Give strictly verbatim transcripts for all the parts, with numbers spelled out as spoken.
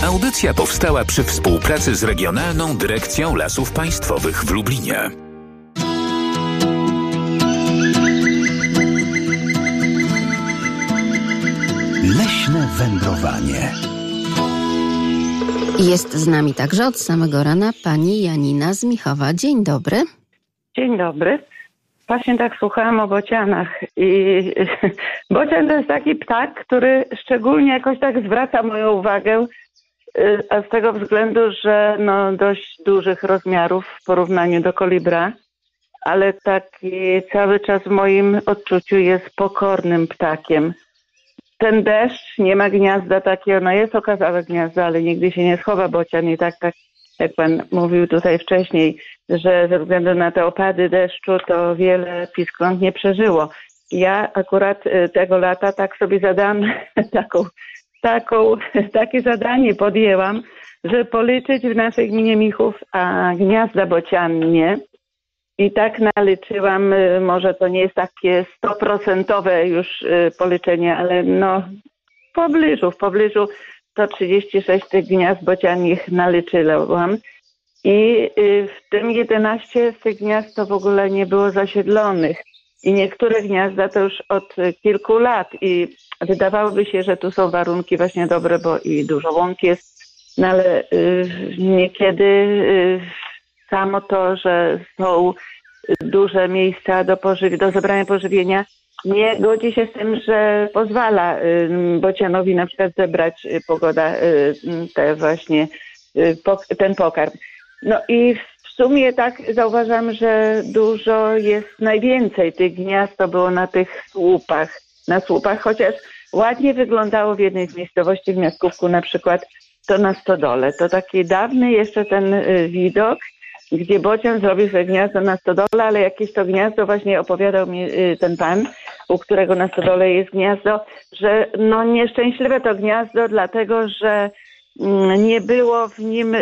Audycja powstała przy współpracy z Regionalną Dyrekcją Lasów Państwowych w Lublinie. Leśne wędrowanie. Jest z nami także od samego rana pani Janina z Michowa. Dzień dobry. Dzień dobry. Właśnie tak słuchałam o bocianach i bocian to jest taki ptak, który szczególnie jakoś tak zwraca moją uwagę, a z tego względu, że no dość dużych rozmiarów w porównaniu do kolibra, ale taki cały czas w moim odczuciu jest pokornym ptakiem. Ten deszcz, nie ma gniazda takiego, no jest okazałe gniazdo, ale nigdy się nie schowa bocian i tak, tak jak pan mówił tutaj wcześniej, że ze względu na te opady deszczu to wiele piskląt nie przeżyło. Ja akurat tego lata tak sobie zadałam taką, taką, takie zadanie podjęłam, żeby policzyć w naszej gminie Michów a gniazda bociannie. I tak naliczyłam, może to nie jest takie stoprocentowe już policzenie, ale no w pobliżu, w pobliżu sto trzydzieści sześć tych gniazd bocianich naliczyłam. I w tym jedenaście z tych gniazd to w ogóle nie było zasiedlonych. I niektóre gniazda to już od kilku lat. I wydawałoby się, że tu są warunki właśnie dobre, bo i dużo łąk jest. No ale niekiedy samo to, że są duże miejsca do, pożywi- do zebrania pożywienia, nie godzi się z tym, że pozwala bocianowi na przykład zebrać pogoda te właśnie ten pokarm. No i w sumie tak zauważam, że dużo jest, najwięcej tych gniazd to było na tych słupach, na słupach, chociaż ładnie wyglądało w jednej z miejscowości w Miaskówku na przykład to na stodole. To taki dawny jeszcze ten widok, gdzie bocian zrobił sobie gniazdo na stodole, ale jakieś to gniazdo właśnie opowiadał mi ten pan, u którego na stodole jest gniazdo, że no nieszczęśliwe to gniazdo, dlatego że nie było w nim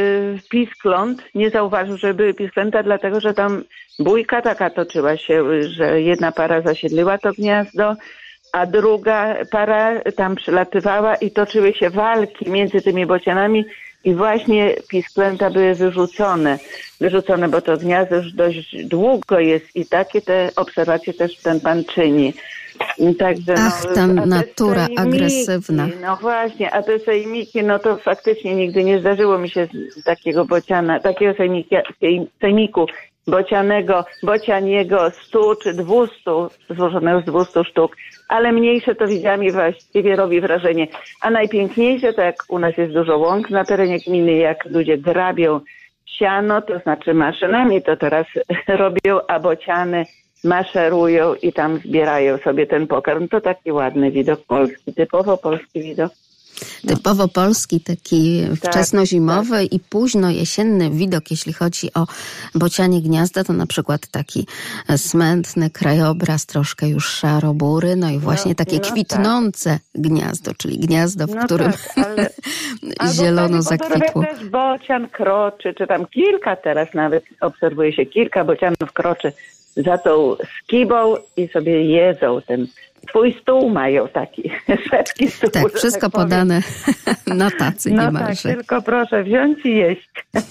piskląt, nie zauważył, że były pisklęta, dlatego że tam bójka taka toczyła się, że jedna para zasiedliła to gniazdo, a druga para tam przylatywała i toczyły się walki między tymi bocianami i właśnie pisklęta były wyrzucone. Wyrzucone, bo to gniazdo już dość długo jest i takie te obserwacje też ten pan czyni. Także, Ach, no, ta a natura sejmiki, agresywna. No właśnie, a te sejmiki, no to faktycznie nigdy nie zdarzyło mi się z takiego bociana, takiego sejmika, sejmiku bocianego, bocianiego stu czy dwustu, złożonego z dwustu sztuk, ale mniejsze to widziałam i właściwie robi wrażenie. A najpiękniejsze to jak u nas jest dużo łąk na terenie gminy, jak ludzie grabią siano, to znaczy maszynami to teraz robią, a bociany maszerują i tam zbierają sobie ten pokarm. To taki ładny widok polski, typowo polski widok. No. Typowo polski, taki tak, wczesnozimowy tak. i późno jesienny widok, jeśli chodzi o bocianie gniazda, to na przykład taki smętny krajobraz, troszkę już szarobury, no i właśnie no, takie no kwitnące tak. gniazdo, czyli gniazdo, w no którym tak, ale... zielono zakwitło. Też bocian kroczy, czy tam kilka teraz nawet obserwuje się, kilka bocianów kroczy za tą skibą i sobie jedzą ten twój stół mają taki, szwedzki stół. Tak, wszystko tak podane na tacy no niemalże. Tak, tylko proszę wziąć i jeść.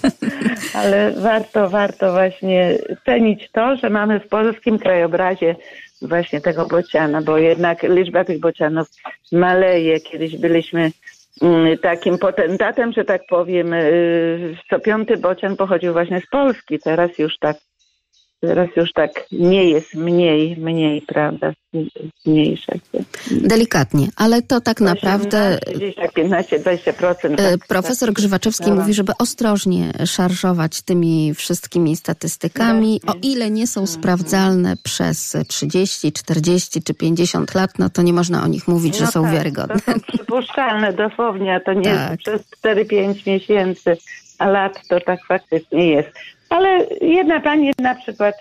Ale warto, warto właśnie cenić to, że mamy w polskim krajobrazie właśnie tego bociana, bo jednak liczba tych bocianów maleje. Kiedyś byliśmy takim potentatem, że tak powiem, co piąty bocian pochodził właśnie z Polski. Teraz już tak Teraz już tak nie jest, mniej, mniej, prawda, mniejsze. Delikatnie, ale to tak naprawdę... Gdzieś tak piętnaście do dwudziestu procent. Tak, profesor tak, Grzywaczewski tak. mówi, żeby ostrożnie szarżować tymi wszystkimi statystykami. Właśnie. O ile nie są mhm. sprawdzalne przez trzydzieści, czterdzieści czy pięćdziesiąt lat, no to nie można o nich mówić, no że są tak, wiarygodne. To są przypuszczalne dosłownie, a to nie tak. jest przez cztery pięć miesięcy, a lat to tak faktycznie jest. Ale jedna pani na przykład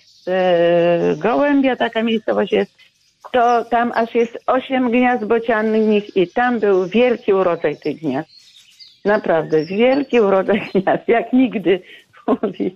e, Gołębia, taka miejscowość jest, to tam aż jest osiem gniazd bociannych i tam był wielki urodzaj tych gniazd. Naprawdę, wielki urodzaj gniazd, jak nigdy w Państwowi.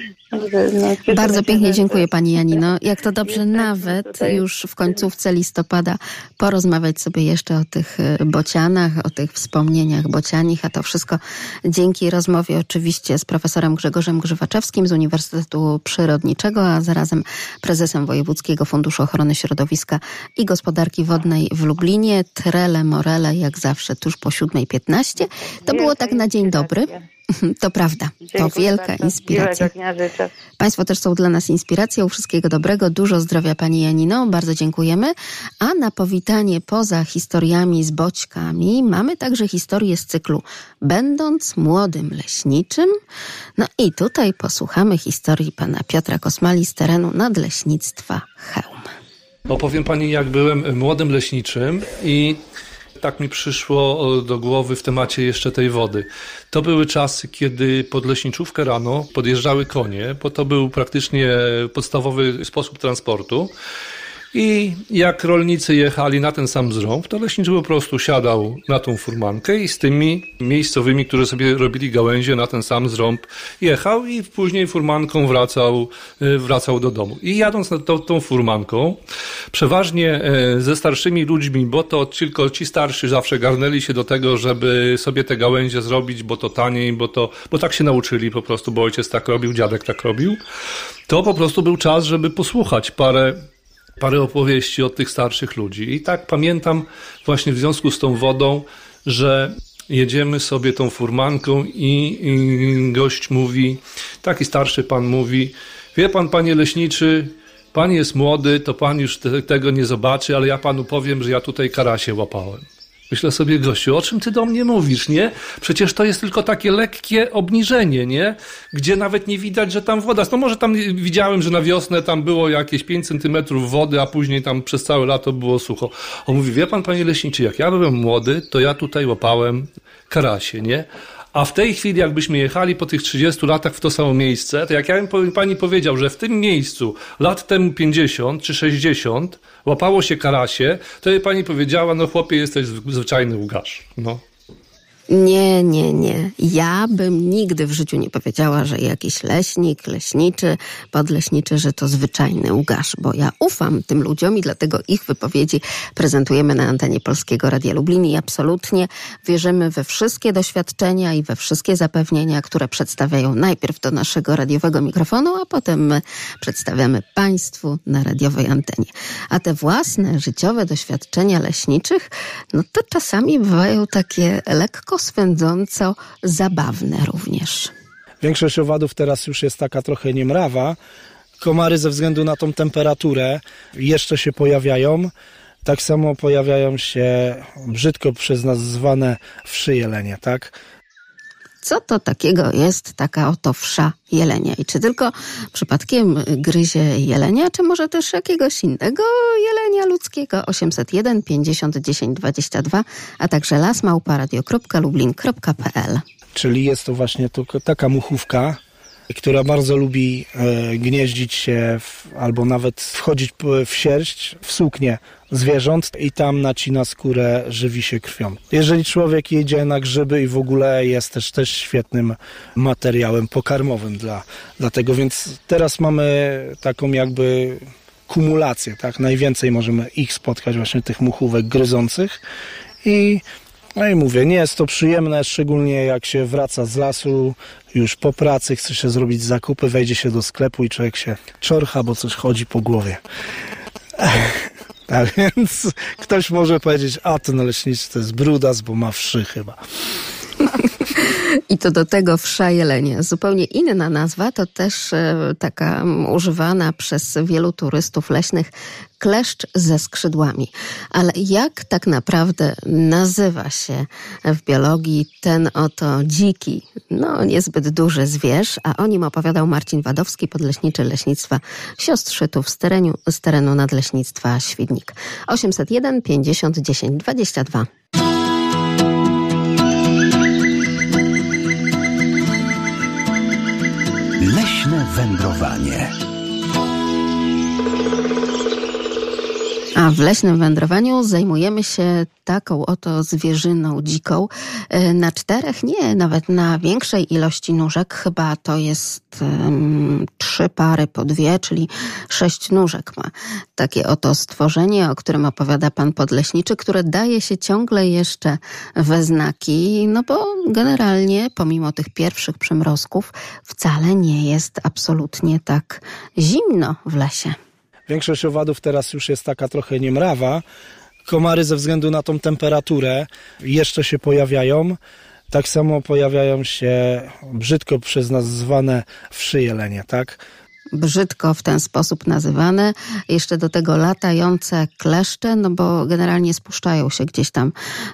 No, Bardzo pięknie że... dziękuję Pani Janino. Jak to dobrze nawet tutaj... już w końcówce listopada porozmawiać sobie jeszcze o tych bocianach, o tych wspomnieniach bocianich, a to wszystko dzięki rozmowie oczywiście z profesorem Grzegorzem Grzywaczewskim z Uniwersytetu Przyrodniczego, a zarazem prezesem Wojewódzkiego Funduszu Ochrony Środowiska i Gospodarki Wodnej w Lublinie. Trele morele jak zawsze tuż po siódmej piętnaście. To było tak na dzień dobry. To prawda, to wielka inspiracja. Państwo też są dla nas inspiracją. Wszystkiego dobrego, dużo zdrowia Pani Janino, bardzo dziękujemy. A na powitanie poza historiami z boćkami mamy także historię z cyklu Będąc młodym leśniczym. No i tutaj posłuchamy historii pana Piotra Kosmali z terenu Nadleśnictwa Chełm. Opowiem Pani, jak byłem młodym leśniczym i tak mi przyszło do głowy w temacie jeszcze tej wody. To były czasy, kiedy pod leśniczówkę rano podjeżdżały konie, bo to był praktycznie podstawowy sposób transportu. I jak rolnicy jechali na ten sam zrąb, to leśniczy po prostu siadał na tą furmankę i z tymi miejscowymi, którzy sobie robili gałęzie na ten sam zrąb, jechał i później furmanką wracał, wracał do domu. I jadąc na tą, tą furmanką, przeważnie ze starszymi ludźmi, bo to tylko ci starsi zawsze garnęli się do tego, żeby sobie te gałęzie zrobić, bo to taniej, bo to, bo tak się nauczyli po prostu, bo ojciec tak robił, dziadek tak robił. To po prostu był czas, żeby posłuchać parę parę opowieści od tych starszych ludzi. I tak pamiętam właśnie w związku z tą wodą, że jedziemy sobie tą furmanką i, i gość mówi, taki starszy pan mówi, wie pan, panie leśniczy, pan jest młody, to pan już te, tego nie zobaczy, ale ja panu powiem, że ja tutaj karasie łapałem. Myślę sobie, gościu, o czym ty do mnie mówisz, nie? Przecież to jest tylko takie lekkie obniżenie, nie? Gdzie nawet nie widać, że tam woda... No może tam widziałem, że na wiosnę tam było jakieś pięć centymetrów wody, a później tam przez całe lato było sucho. On mówi, wie pan, panie leśniczy, jak ja byłem młody, to ja tutaj łapałem karasie, nie? A w tej chwili, jakbyśmy jechali po tych trzydziestu latach w to samo miejsce, to jak ja bym pani powiedział, że w tym miejscu lat temu pięćdziesiąt czy sześćdziesiąt łapało się karasie, to jej pani powiedziała, no chłopie, jesteś zwyczajny łgarz. No. Nie, nie, nie. Ja bym nigdy w życiu nie powiedziała, że jakiś leśnik, leśniczy, podleśniczy, że to zwyczajny łgarz, bo ja ufam tym ludziom i dlatego ich wypowiedzi prezentujemy na antenie Polskiego Radia Lublin i absolutnie wierzymy we wszystkie doświadczenia i we wszystkie zapewnienia, które przedstawiają najpierw do naszego radiowego mikrofonu, a potem my przedstawiamy Państwu na radiowej antenie. A te własne życiowe doświadczenia leśniczych, no to czasami bywają takie lekko swędząco zabawne również. Większość owadów teraz już jest taka trochę niemrawa. Komary ze względu na tą temperaturę jeszcze się pojawiają. Tak samo pojawiają się brzydko przez nas zwane wszy jelenie, tak? Co to takiego jest taka oto wsza jelenia? I czy tylko przypadkiem gryzie jelenia, czy może też jakiegoś innego jelenia ludzkiego? osiemset jeden pięćdziesiąt dziesięć dwadzieścia dwa, a także lasmałpa kropka lublin kropka p l. Czyli jest to właśnie to, taka muchówka, która bardzo lubi e, gnieździć się w, albo nawet wchodzić w sierść, w suknię zwierząt i tam nacina skórę, żywi się krwią. Jeżeli człowiek jedzie na grzyby i w ogóle jest też, też świetnym materiałem pokarmowym dla, dla tego, więc teraz mamy taką jakby kumulację, tak? Najwięcej możemy ich spotkać, właśnie tych muchówek gryzących i no i mówię, nie jest to przyjemne, szczególnie jak się wraca z lasu, już po pracy, chce się zrobić zakupy, wejdzie się do sklepu i człowiek się czorcha, bo coś chodzi po głowie. Tak więc ktoś może powiedzieć, a ten leśniczy to jest brudas, bo ma wszy chyba. I to do tego wsza jelenia. Zupełnie inna nazwa, to też e, taka używana przez wielu turystów leśnych kleszcz ze skrzydłami. Ale jak tak naprawdę nazywa się w biologii ten oto dziki, no niezbyt duży zwierz, a o nim opowiadał Marcin Wadowski, podleśniczy Leśnictwa Siostrzytów z terenu, z terenu Nadleśnictwa Świdnik. osiemset jeden pięćdziesiąt dziesięć dwadzieścia dwa. Leśne wędrowanie. A w leśnym wędrowaniu zajmujemy się taką oto zwierzyną dziką na czterech, nie, nawet na większej ilości nóżek. Chyba to jest um, trzy pary po dwie, czyli sześć nóżek ma takie oto stworzenie, o którym opowiada pan podleśniczy, które daje się ciągle jeszcze we znaki, no bo generalnie pomimo tych pierwszych przymrozków wcale nie jest absolutnie tak zimno w lesie. Większość owadów teraz już jest taka trochę niemrawa. Komary ze względu na tą temperaturę jeszcze się pojawiają. Tak samo pojawiają się brzydko przez nas zwane wszy jelenie, tak? Brzydko w ten sposób nazywane. Jeszcze do tego latające kleszcze, no bo generalnie spuszczają się gdzieś tam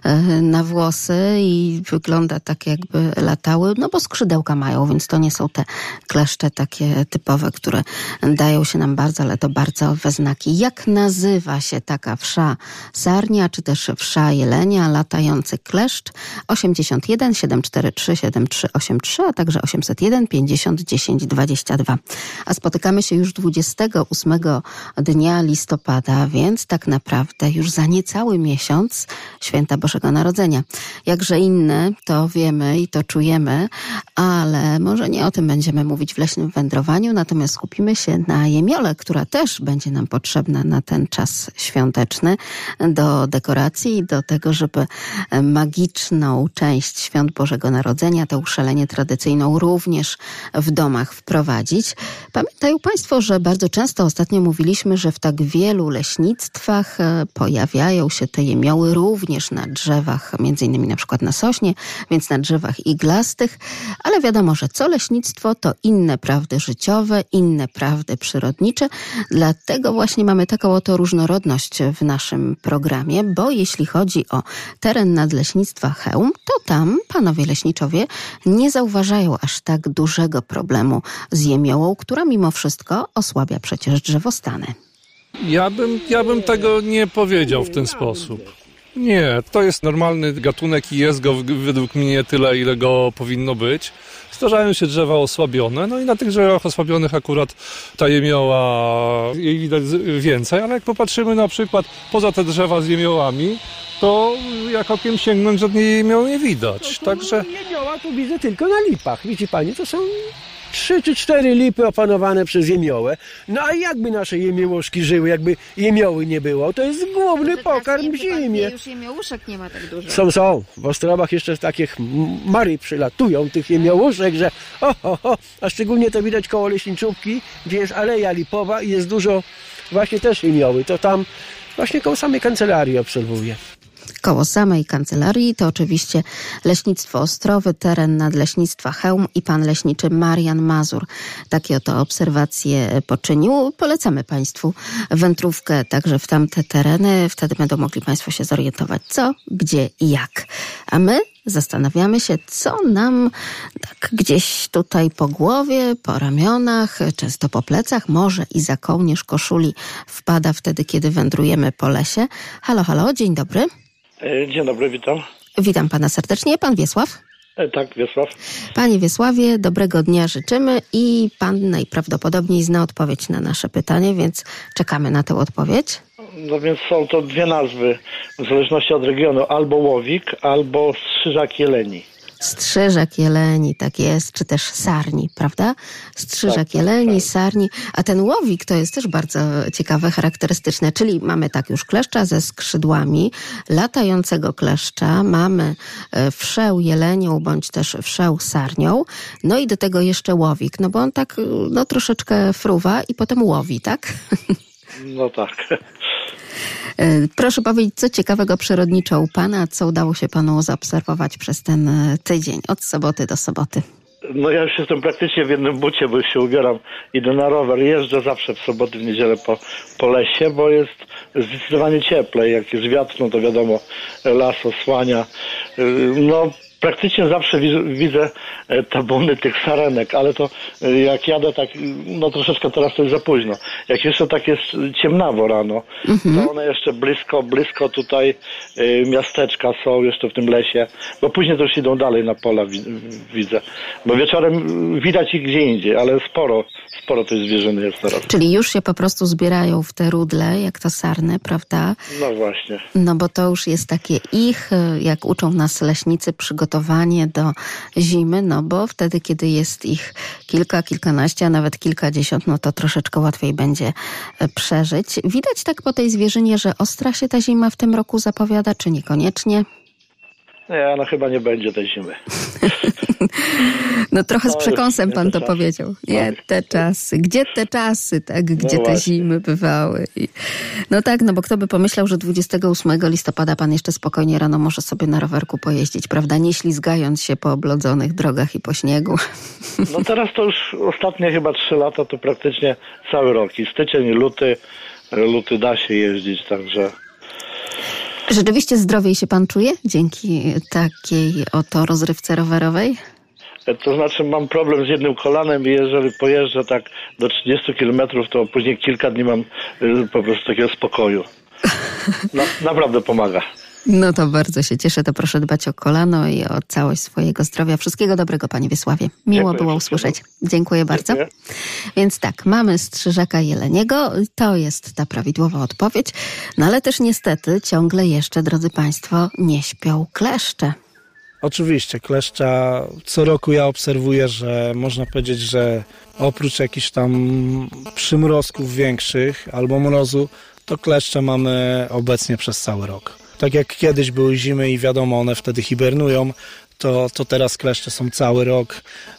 na włosy i wygląda tak, jakby latały, no bo skrzydełka mają, więc to nie są te kleszcze takie typowe, które dają się nam bardzo, ale to bardzo we znaki. Jak nazywa się taka wsza sarnia, czy też wsza jelenia, latający kleszcz? osiemdziesiąt jeden siedemset czterdzieści trzy siedem trzy osiem trzy, a także osiemset jeden pięćdziesiąt dziesięć dwadzieścia dwa. A spotykamy się już dwudziestego ósmego dnia listopada, więc tak naprawdę już za niecały miesiąc Święta Bożego Narodzenia. Jakże inne, to wiemy i to czujemy, ale może nie o tym będziemy mówić w leśnym wędrowaniu, natomiast skupimy się na jemiole, która też będzie nam potrzebna na ten czas świąteczny do dekoracji i do tego, żeby magiczną część Świąt Bożego Narodzenia, tę szalenie tradycyjną również w domach wprowadzić. Pamiętają Państwo, że bardzo często ostatnio mówiliśmy, że w tak wielu leśnictwach pojawiają się te jemioły również na drzewach, między innymi na przykład na sośnie, więc na drzewach iglastych, ale wiadomo, że co leśnictwo to inne prawdy życiowe, inne prawdy przyrodnicze, dlatego właśnie mamy taką oto różnorodność w naszym programie, bo jeśli chodzi o teren Nadleśnictwa Chełm, to tam panowie leśniczowie nie zauważają aż tak dużego problemu z jemiołą, która mimo wszystko osłabia przecież drzewostany. Ja bym, ja bym tego nie powiedział w ten sposób. Nie, to jest normalny gatunek i jest go według mnie tyle, ile go powinno być. Zdarzają się drzewa osłabione, no i na tych drzewach osłabionych akurat ta jemioła, jej widać więcej, ale jak popatrzymy na przykład poza te drzewa z jemiołami, to jak okiem sięgnąć żadnej jemioły nie widać. Także jemioła tu widzę tylko na lipach. Widzi pani, to są trzy czy cztery lipy opanowane przez jemiołę. No a jakby nasze jemiołuszki żyły, jakby jemioły nie było? To jest główny pokarm w zimie. Już jemiołuszek nie ma tak dużo. Są, są. W Ostrowach jeszcze takie mary przylatują tych jemiołuszek, że ho, ho, ho. A szczególnie to widać koło leśniczówki, gdzie jest aleja lipowa i jest dużo właśnie też jemioły. To tam właśnie koło samej kancelarii obserwuję. Koło samej kancelarii to oczywiście Leśnictwo Ostrowy, teren Nadleśnictwa Chełm i pan leśniczy Marian Mazur. Takie oto obserwacje poczynił. Polecamy Państwu wędrówkę także w tamte tereny. Wtedy będą mogli Państwo się zorientować co, gdzie i jak. A my zastanawiamy się, co nam tak gdzieś tutaj po głowie, po ramionach, często po plecach, może i za kołnierz koszuli wpada wtedy, kiedy wędrujemy po lesie. Halo, halo, dzień dobry. Dzień dobry, witam. Witam pana serdecznie. Pan Wiesław? E, tak, Wiesław. Panie Wiesławie, dobrego dnia życzymy i pan najprawdopodobniej zna odpowiedź na nasze pytanie, więc czekamy na tę odpowiedź. No więc są to dwie nazwy, w zależności od regionu, albo łowik, albo strzyżak jeleni. Strzyżak jeleni, tak jest, czy też sarni, prawda? Strzyżak tak, jeleni, tak. Sarni, a ten łowik to jest też bardzo ciekawe, charakterystyczne, czyli mamy tak już kleszcza ze skrzydłami, latającego kleszcza, mamy wszeł jelenią, bądź też wszeł sarnią, no i do tego jeszcze łowik, no bo on tak no troszeczkę fruwa i potem łowi, tak? No tak. Proszę powiedzieć, co ciekawego przyrodniczo u pana, co udało się panu zaobserwować przez ten tydzień, od soboty do soboty? No ja już jestem praktycznie w jednym bucie, bo już się ubieram, idę na rower, jeżdżę zawsze w soboty, w niedzielę po, po lesie, bo jest zdecydowanie cieplej. Jak jest wiatr, no to wiadomo, las osłania. No praktycznie zawsze widzę tabuny tych sarenek, ale to jak jadę tak, no troszeczkę teraz to jest za późno. Jak jeszcze tak jest ciemnawo rano, mhm. to one jeszcze blisko, blisko tutaj miasteczka są jeszcze w tym lesie, bo później to już idą dalej na pola, widzę. Bo wieczorem widać ich gdzie indziej, ale sporo, sporo tej zwierzyny jest teraz. Czyli już się po prostu zbierają w te rudle, jak to sarny, prawda? No właśnie. No bo to już jest takie ich, jak uczą nas leśnicy, przygotowanie do zimy, no bo wtedy, kiedy jest ich kilka, kilkanaście, a nawet kilkadziesiąt, no to troszeczkę łatwiej będzie przeżyć. Widać tak po tej zwierzynie, że ostra się ta zima w tym roku zapowiada, czy niekoniecznie? Nie, no chyba nie będzie tej zimy. No trochę z przekąsem pan to powiedział. Nie te czasy. Gdzie te czasy, tak? Gdzie te zimy bywały. I... No tak, no bo kto by pomyślał, że dwudziestego ósmego listopada pan jeszcze spokojnie rano może sobie na rowerku pojeździć, prawda? Nie ślizgając się po oblodzonych drogach i po śniegu. No teraz to już ostatnie chyba trzy lata to praktycznie cały rok. I styczeń, i luty, luty da się jeździć, także... Rzeczywiście zdrowiej się pan czuje dzięki takiej oto rozrywce rowerowej? To znaczy mam problem z jednym kolanem i jeżeli pojeżdżę tak do trzydziestu kilometrów, to później kilka dni mam po prostu takiego spokoju. Na, naprawdę pomaga. No to bardzo się cieszę, to proszę dbać o kolano i o całość swojego zdrowia. Wszystkiego dobrego, panie Wiesławie. Miło Dziękuję było usłyszeć. Dziękuję bardzo. Dziękuję. Więc tak, mamy strzyżaka jeleniego, to jest ta prawidłowa odpowiedź, no ale też niestety ciągle jeszcze, drodzy państwo, nie śpią kleszcze. Oczywiście, kleszcza co roku ja obserwuję, że można powiedzieć, że oprócz jakichś tam przymrozków większych albo mrozu, to kleszcze mamy obecnie przez cały rok. Tak jak kiedyś były zimy i wiadomo, one wtedy hibernują, to, to teraz kleszcze są cały rok.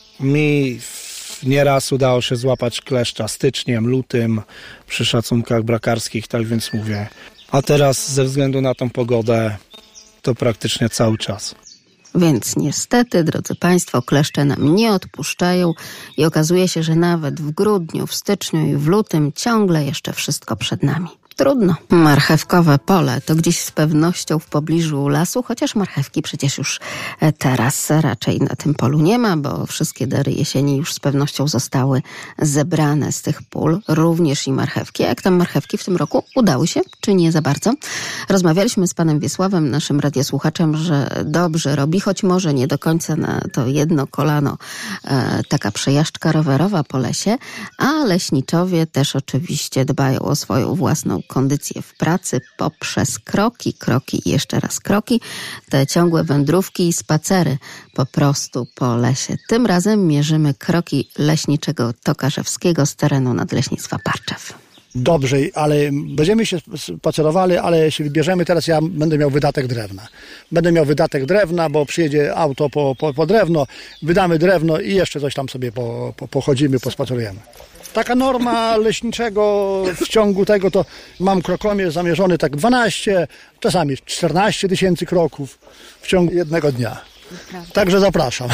Mi nieraz udało się złapać kleszcza styczniem, lutym, przy szacunkach brakarskich, tak więc mówię. A teraz ze względu na tą pogodę to praktycznie cały czas. Więc niestety, drodzy państwo, kleszcze nam nie odpuszczają i okazuje się, że nawet w grudniu, w styczniu i w lutym ciągle jeszcze wszystko przed nami. Trudno. Marchewkowe pole to gdzieś z pewnością w pobliżu lasu, chociaż marchewki przecież już teraz raczej na tym polu nie ma, bo wszystkie dary jesieni już z pewnością zostały zebrane z tych pól, również i marchewki. Jak tam marchewki w tym roku? Udały się, czy nie za bardzo? Rozmawialiśmy z panem Wiesławem, naszym radiosłuchaczem, że dobrze robi, choć może nie do końca na to jedno kolano e, taka przejażdżka rowerowa po lesie, a leśniczowie też oczywiście dbają o swoją własną kondycję w pracy poprzez kroki, kroki i jeszcze raz kroki, te ciągłe wędrówki i spacery po prostu po lesie. Tym razem mierzymy kroki leśniczego Tokarzewskiego z terenu Nadleśnictwa Parczew. Dobrze, ale będziemy się spacerowali, ale się wybierzemy, teraz ja będę miał wydatek drewna. Będę miał wydatek drewna, bo przyjedzie auto po, po, po drewno, wydamy drewno i jeszcze coś tam sobie po, po, pochodzimy, pospacerujemy. Taka norma leśniczego w ciągu tego to mam krokomierz zamierzony tak dwanaście, czasami czternaście tysięcy kroków w ciągu jednego dnia. Także zapraszam.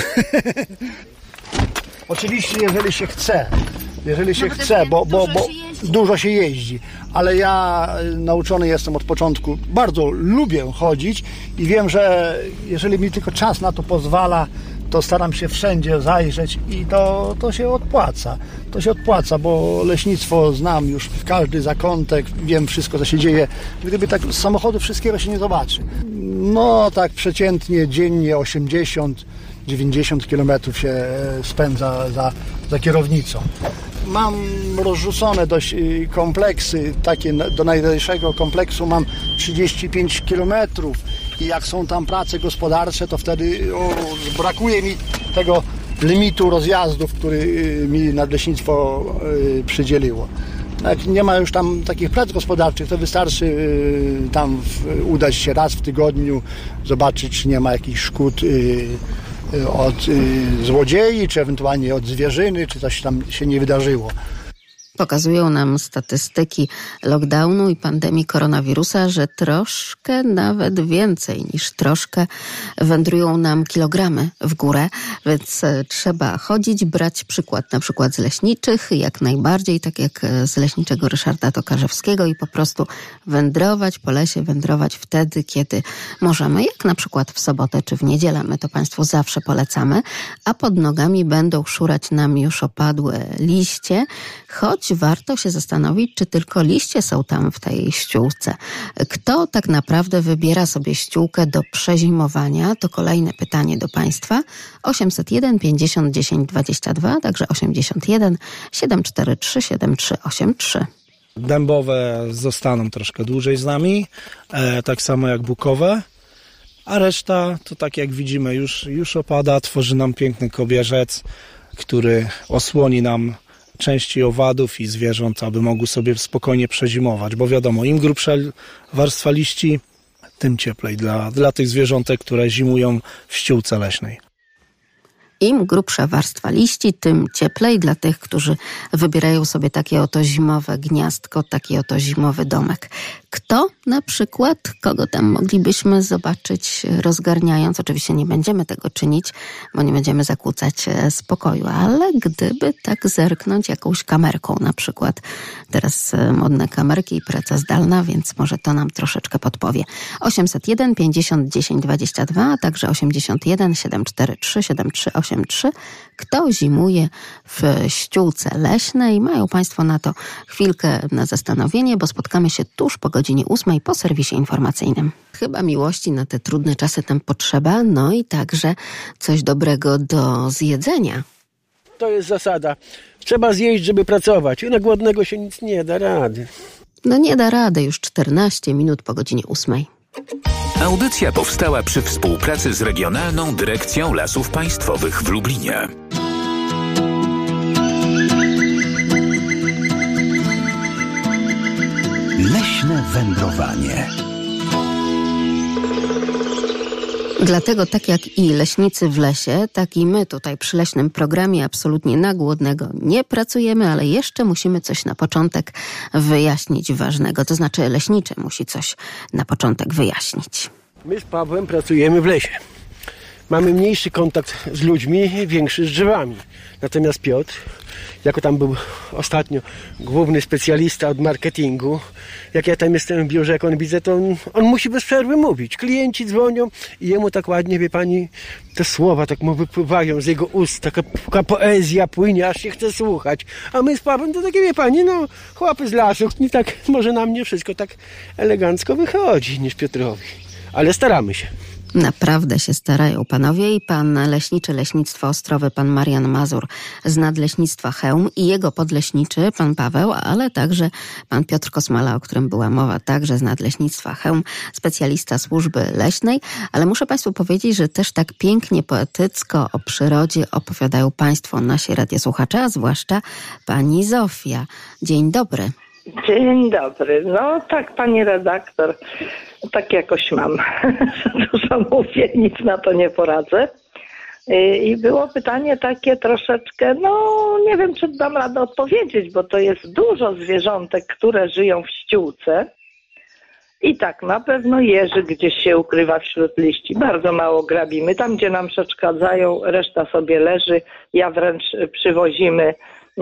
Oczywiście jeżeli się chce, jeżeli się no bo chce, bo, bo, bo dużo się jeździ, ale ja nauczony jestem od początku, bardzo lubię chodzić i wiem, że jeżeli mi tylko czas na to pozwala, to staram się wszędzie zajrzeć i to, to się opłaca. To się opłaca, bo leśnictwo znam już każdy zakątek, wiem wszystko, co się dzieje. Gdyby tak z samochodu wszystkiego się nie zobaczy. No tak przeciętnie dziennie osiemdziesiąt dziewięćdziesiąt kilometrów się spędza za, za kierownicą. Mam rozrzucone dość kompleksy, takie do najdalszego kompleksu mam trzydzieści pięć kilometrów i jak są tam prace gospodarcze, to wtedy o, brakuje mi tego limitu rozjazdów, który mi nadleśnictwo przydzieliło. Jak nie ma już tam takich prac gospodarczych, to wystarczy tam udać się raz w tygodniu, zobaczyć, czy nie ma jakichś szkód od złodziei, czy ewentualnie od zwierzyny, czy coś tam się nie wydarzyło. Pokazują nam statystyki lockdownu i pandemii koronawirusa, że troszkę, nawet więcej niż troszkę wędrują nam kilogramy w górę, więc trzeba chodzić, brać przykład na przykład z leśniczych, jak najbardziej, tak jak z leśniczego Ryszarda Tokarzewskiego i po prostu wędrować po lesie, wędrować wtedy, kiedy możemy, jak na przykład w sobotę czy w niedzielę. My to Państwu zawsze polecamy, a pod nogami będą szurać nam już opadłe liście, choć warto się zastanowić, czy tylko liście są tam w tej ściółce. Kto tak naprawdę wybiera sobie ściółkę do przezimowania? To kolejne pytanie do Państwa. osiemset jeden pięćdziesiąt dziesięć dwadzieścia dwa, także osiemdziesiąt jeden siedem cztery trzy siedem trzy osiem trzy. Dębowe zostaną troszkę dłużej z nami, e, tak samo jak bukowe, a reszta to tak jak widzimy już, już opada, tworzy nam piękny kobierzec, który osłoni nam części owadów i zwierząt, aby mogły sobie spokojnie przezimować, bo wiadomo, im grubsza warstwa liści, tym cieplej dla, dla tych zwierzątek, które zimują w ściółce leśnej. Im grubsza warstwa liści, tym cieplej dla tych, którzy wybierają sobie takie oto zimowe gniazdko, taki oto zimowy domek. Kto na przykład, kogo tam moglibyśmy zobaczyć rozgarniając? Oczywiście nie będziemy tego czynić, bo nie będziemy zakłócać spokoju, ale gdyby tak zerknąć jakąś kamerką na przykład. Teraz modne kamerki i praca zdalna, więc może to nam troszeczkę podpowie. osiemset jeden pięćdziesiąt dziesięć dwadzieścia dwa, a także osiemdziesiąt jeden siedem cztery trzy siedem trzy osiem trzy. Kto zimuje w ściółce leśnej? Mają Państwo na to chwilkę na zastanowienie, bo spotkamy się tuż po godzinie ósmej po serwisie informacyjnym. Chyba miłości na te trudne czasy tam potrzeba, no i także coś dobrego do zjedzenia. To jest zasada. Trzeba zjeść, żeby pracować. Na głodnego się nic nie da rady. No nie da rady, już czternaście minut po godzinie ósmej. Audycja powstała przy współpracy z Regionalną Dyrekcją Lasów Państwowych w Lublinie. Leśne wędrowanie. Dlatego tak jak i leśnicy w lesie, tak i my tutaj przy leśnym programie absolutnie na głodnego nie pracujemy, ale jeszcze musimy coś na początek wyjaśnić ważnego. To znaczy leśniczy musi coś na początek wyjaśnić. My z Pawłem pracujemy w lesie. Mamy mniejszy kontakt z ludźmi, większy z drzewami. Natomiast Piotr, jako tam był ostatnio główny specjalista od marketingu, jak ja tam jestem w biurze, jak on widzę, to on, on musi bez przerwy mówić. Klienci dzwonią i jemu tak ładnie, wie pani, te słowa tak mu wypływają z jego ust, taka, taka poezja płynie, aż się chce słuchać. A my z Pawłem to takie, wie pani, no chłopy z lasu, i tak może na mnie wszystko tak elegancko wychodzi niż Piotrowi. Ale staramy się. Naprawdę się starają panowie i pan leśniczy Leśnictwa Ostrowy, pan Marian Mazur z Nadleśnictwa Chełm i jego podleśniczy, pan Paweł, ale także pan Piotr Kosmala, o którym była mowa, także z Nadleśnictwa Chełm, specjalista służby leśnej. Ale muszę Państwu powiedzieć, że też tak pięknie, poetycko o przyrodzie opowiadają Państwo, nasi radiosłuchacze, a zwłaszcza pani Zofia. Dzień dobry. Dzień dobry. No tak, pani redaktor, tak jakoś mam. Dużo mówię, nic na to nie poradzę. I było pytanie takie troszeczkę, no nie wiem, czy dam radę odpowiedzieć, bo to jest dużo zwierzątek, które żyją w ściółce. I tak, na pewno jeżyk gdzieś się ukrywa wśród liści. Bardzo mało grabimy. Tam, gdzie nam przeszkadzają, reszta sobie leży. Ja wręcz przywozimy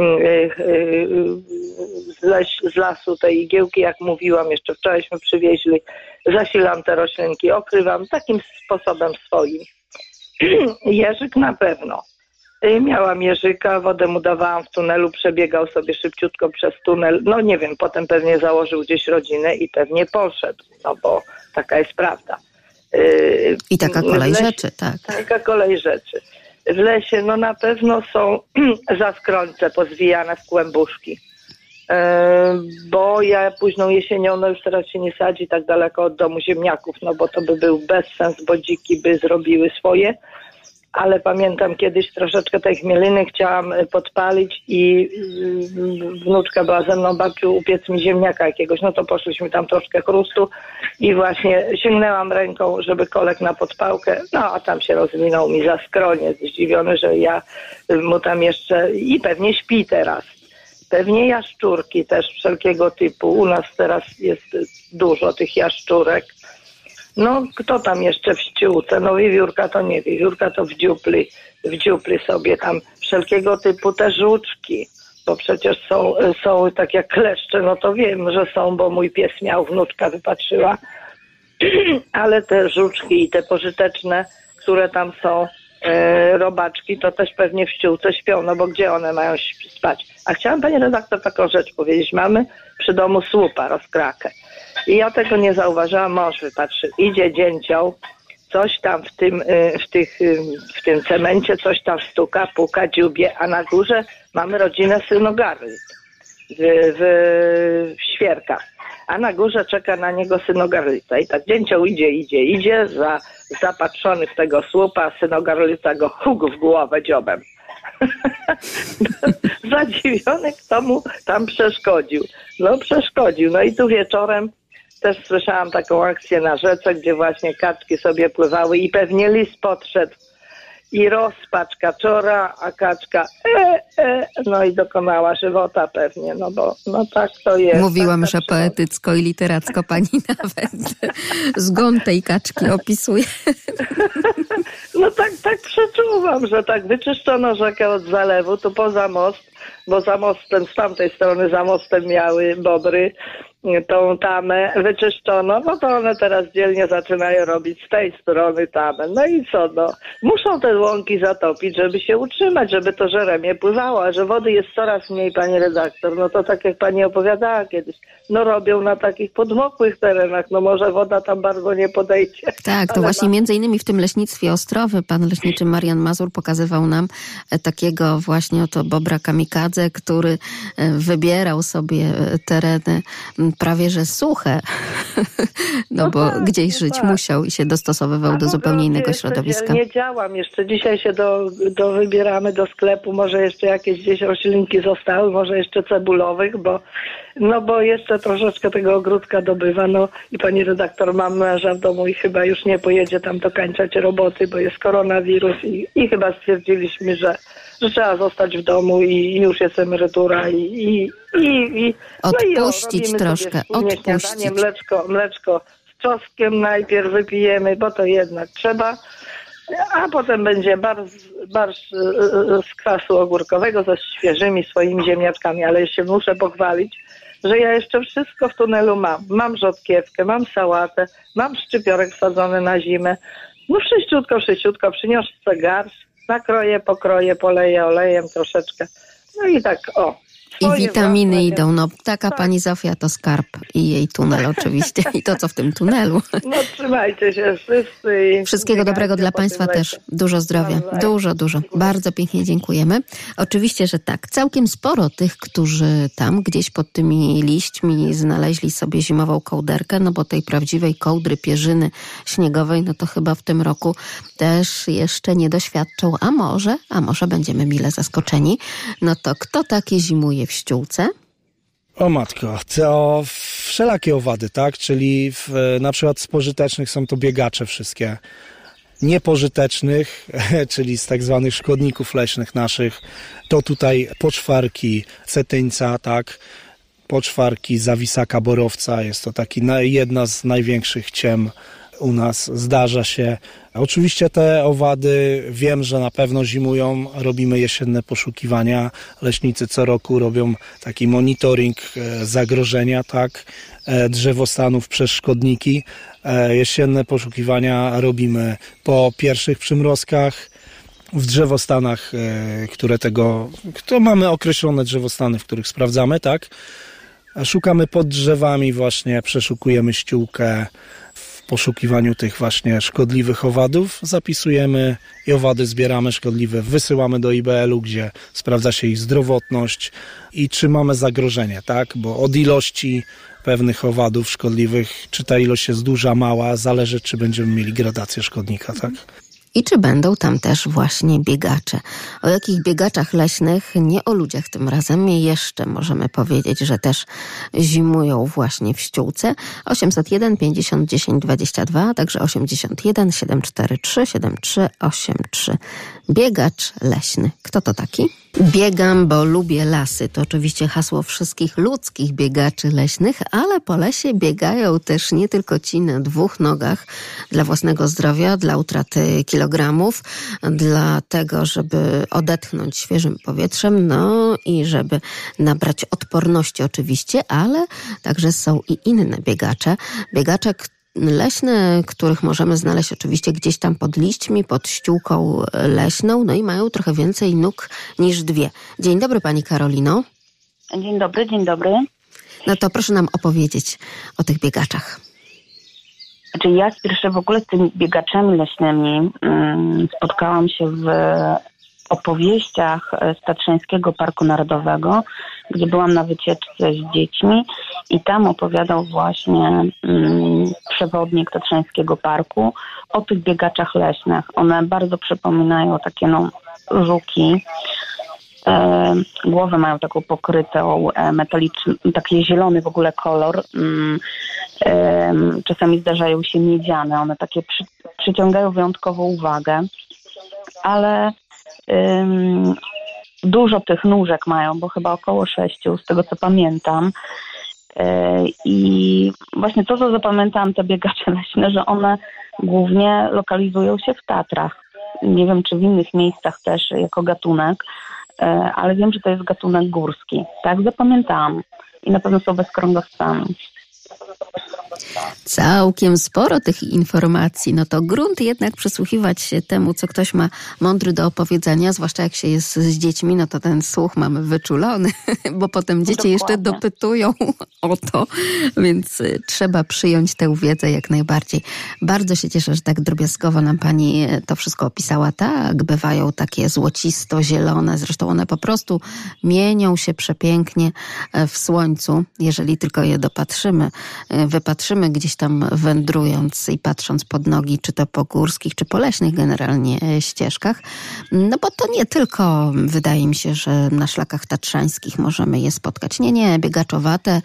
z, leś, z lasu te igiełki, jak mówiłam, jeszcze wczorajśmy przywieźli, zasilam te roślinki, okrywam takim sposobem swoim. Jeżyk na pewno. Miałam jeżyka, wodę mu dawałam w tunelu, przebiegał sobie szybciutko przez tunel, no nie wiem, potem pewnie założył gdzieś rodzinę i pewnie poszedł, no bo taka jest prawda. I taka kolej lesie, rzeczy, tak. Taka kolej rzeczy. W lesie no na pewno są zaskrońce pozwijane w kłębuszki, bo ja późną jesienią, no już teraz się nie sadzi tak daleko od domu ziemniaków, no bo to by był bezsens, bo dziki by zrobiły swoje, ale pamiętam kiedyś troszeczkę tej chmieliny chciałam podpalić i wnuczka była ze mną, babciu, upiec mi ziemniaka jakiegoś, no to poszliśmy tam troszkę chrustu i właśnie sięgnęłam ręką, żeby kolek na podpałkę, no a tam się rozwinął mi za skronie, zdziwiony, że ja mu tam jeszcze i pewnie śpi teraz. Pewnie jaszczurki też wszelkiego typu. U nas teraz jest dużo tych jaszczurek. No, kto tam jeszcze w ściółce? No, wiewiórka to nie wiewiórka, to w dziupli, w dziupli sobie tam wszelkiego typu te żuczki. Bo przecież są, są tak jak kleszcze, no to wiem, że są, bo mój pies miał, wnuczka wypatrzyła. Ale te żuczki i te pożyteczne, które tam są, e, robaczki, to też pewnie w ściółce śpią, no bo gdzie one mają spać? A chciałam, pani redaktor, taką rzecz powiedzieć. Mamy przy domu słupa, rozkrakę. I ja tego nie zauważyłam, mąż wypatrzy. Idzie dzięcioł, coś tam w tym, w tych, w tym cemencie, coś tam stuka, puka, dziubie, a na górze mamy rodzinę synogarlit w, w, w Świerkach. A na górze czeka na niego synogarlita. I tak dzięcioł idzie, idzie, idzie, za, zapatrzony w tego słupa, synogarlita go huk w głowę dziobem. Zadziwiony, kto mu tam przeszkodził. No przeszkodził. No i tu wieczorem też słyszałam taką akcję na rzece, gdzie właśnie kaczki sobie pływały i pewnie lis podszedł i rozpacz kaczora, a kaczka e, e, no i dokonała żywota pewnie, no bo no tak to jest. Mówiłam, tak, że tak, poetycko i literacko pani nawet zgon tej kaczki opisuje. No tak, tak przeczuwam, że tak wyczyszczono rzekę od zalewu, tu poza most, bo za mostem, z tamtej strony za mostem miały bobry tą tamę, wyczyszczono, no to one teraz dzielnie zaczynają robić z tej strony tamę. No i co, no, muszą te łąki zatopić, żeby się utrzymać, żeby to żeremie pływało, a że wody jest coraz mniej, pani redaktor, no to tak jak pani opowiadała kiedyś, no robią na takich podmokłych terenach, no może woda tam bardzo nie podejdzie. Tak, to właśnie ma... między innymi w tym leśnictwie Ostrowy pan leśniczy Marian Mazur pokazywał nam takiego właśnie oto bobra kamikadze, który wybierał sobie tereny prawie że suche, no, no bo tak, gdzieś no żyć tak. musiał i się dostosowywał A do zupełnie innego środowiska. Nie działam jeszcze. Dzisiaj się do, do wybieramy do sklepu, może jeszcze jakieś gdzieś roślinki zostały, może jeszcze cebulowych, bo no bo jeszcze troszeczkę tego ogródka dobywa, no i pani redaktor, mam męża w domu i chyba już nie pojedzie tam dokańczać roboty, bo jest koronawirus i, i chyba stwierdziliśmy, że, że trzeba zostać w domu i już jest emerytura i, i, i, i odpuścić no i troszkę, odpuścić. Mleczko, mleczko z czosnkiem najpierw wypijemy, bo to jednak trzeba, a potem będzie barsz, barsz z kwasu ogórkowego ze świeżymi swoimi ziemniaczkami, ale jeszcze muszę pochwalić, że ja jeszcze wszystko w tunelu mam. Mam rzodkiewkę, mam sałatę, mam szczypiorek wsadzony na zimę. No wszyściutko, wszyściutko, przyniosę garść, nakroję, pokroję, poleję olejem troszeczkę. No i tak, o. I witaminy własne, idą. No taka tak. Pani Zofia to skarb i jej tunel oczywiście. I to, co w tym tunelu. No trzymajcie się wszyscy. I wszystkiego dobrego dla Państwa też. Dużo zdrowia. Dobrze. Dużo, dużo. Bardzo pięknie dziękujemy. Oczywiście, że tak. Całkiem sporo tych, którzy tam gdzieś pod tymi liśćmi znaleźli sobie zimową kołderkę, no bo tej prawdziwej kołdry, pierzyny śniegowej, no to chyba w tym roku też jeszcze nie doświadczą. A może, a może będziemy mile zaskoczeni. No to kto takie zimuje w ściółce? O matko, to wszelakie owady, tak? Czyli w, na przykład z pożytecznych są to biegacze wszystkie. Niepożytecznych, czyli z tak zwanych szkodników leśnych naszych, to tutaj poczwarki cetyńca, tak? Poczwarki zawisaka borowca, jest to taki jedna z największych ciem u nas, zdarza się. Oczywiście te owady wiem, że na pewno zimują, robimy jesienne poszukiwania. Leśnicy co roku robią taki monitoring zagrożenia, tak, drzewostanów przez szkodniki. Jesienne poszukiwania robimy po pierwszych przymrozkach, w drzewostanach, które tego, to mamy określone drzewostany, w których sprawdzamy, tak. Szukamy pod drzewami właśnie, przeszukujemy ściółkę, w poszukiwaniu tych właśnie szkodliwych owadów, zapisujemy i owady zbieramy szkodliwe, wysyłamy do I B L u, gdzie sprawdza się ich zdrowotność i czy mamy zagrożenie, tak? Bo od ilości pewnych owadów szkodliwych, czy ta ilość jest duża, mała, zależy, czy będziemy mieli gradację szkodnika, tak? I czy będą tam też właśnie biegacze? O jakich biegaczach leśnych, nie o ludziach tym razem, jeszcze możemy powiedzieć, że też zimują właśnie w ściółce. osiemset jeden pięćdziesiąt dziesięć dwadzieścia dwa, także osiemdziesiąt jeden siedemset czterdzieści trzy siedemdziesiąt trzy osiemdziesiąt trzy. Biegacz leśny. Kto to taki? Biegam, bo lubię lasy. To oczywiście hasło wszystkich ludzkich biegaczy leśnych, ale po lesie biegają też nie tylko ci na dwóch nogach dla własnego zdrowia, dla utraty kilogramów, dla tego, żeby odetchnąć świeżym powietrzem, no i żeby nabrać odporności oczywiście, ale także są i inne biegacze. Biegacze, leśne, których możemy znaleźć oczywiście gdzieś tam pod liśćmi, pod ściółką leśną, no i mają trochę więcej nóg niż dwie. Dzień dobry Pani Karolino. Dzień dobry, dzień dobry. No to proszę nam opowiedzieć o tych biegaczach. Znaczy ja pierwsze w ogóle z tymi biegaczami leśnymi um, spotkałam się w opowieściach z Tatrzańskiego Parku Narodowego, gdzie byłam na wycieczce z dziećmi i tam opowiadał właśnie um, przewodnik Tatrzańskiego Parku o tych biegaczach leśnych. One bardzo przypominają takie no żuki. E, głowę mają taką pokrytą e, metaliczną, taki zielony w ogóle kolor. Mm, e, czasami zdarzają się miedziane. One takie przy, przyciągają wyjątkową uwagę, ale Ym, dużo tych nóżek mają, bo chyba około sześciu, z tego co pamiętam. Yy, I właśnie to, co zapamiętałam, te biegacze leśne, że one głównie lokalizują się w Tatrach. Nie wiem, czy w innych miejscach też jako gatunek, yy, ale wiem, że to jest gatunek górski. Tak zapamiętałam. I na pewno są bezkrągowcami. Całkiem sporo tych informacji. No to grunt jednak przysłuchiwać się temu, co ktoś ma mądry do opowiedzenia, zwłaszcza jak się jest z dziećmi, no to ten słuch mamy wyczulony, bo potem dzieci Dokładnie. jeszcze dopytują o to, więc trzeba przyjąć tę wiedzę jak najbardziej. Bardzo się cieszę, że tak drobiazgowo nam Pani to wszystko opisała. Tak, bywają takie złocisto-zielone, zresztą one po prostu mienią się przepięknie w słońcu, jeżeli tylko je dopatrzymy, wypatrzymy gdzieś tam wędrując i patrząc pod nogi, czy to po górskich, czy po leśnych generalnie ścieżkach. No bo to nie tylko, wydaje mi się, że na szlakach tatrzańskich możemy je spotkać. Nie, nie, biegaczowate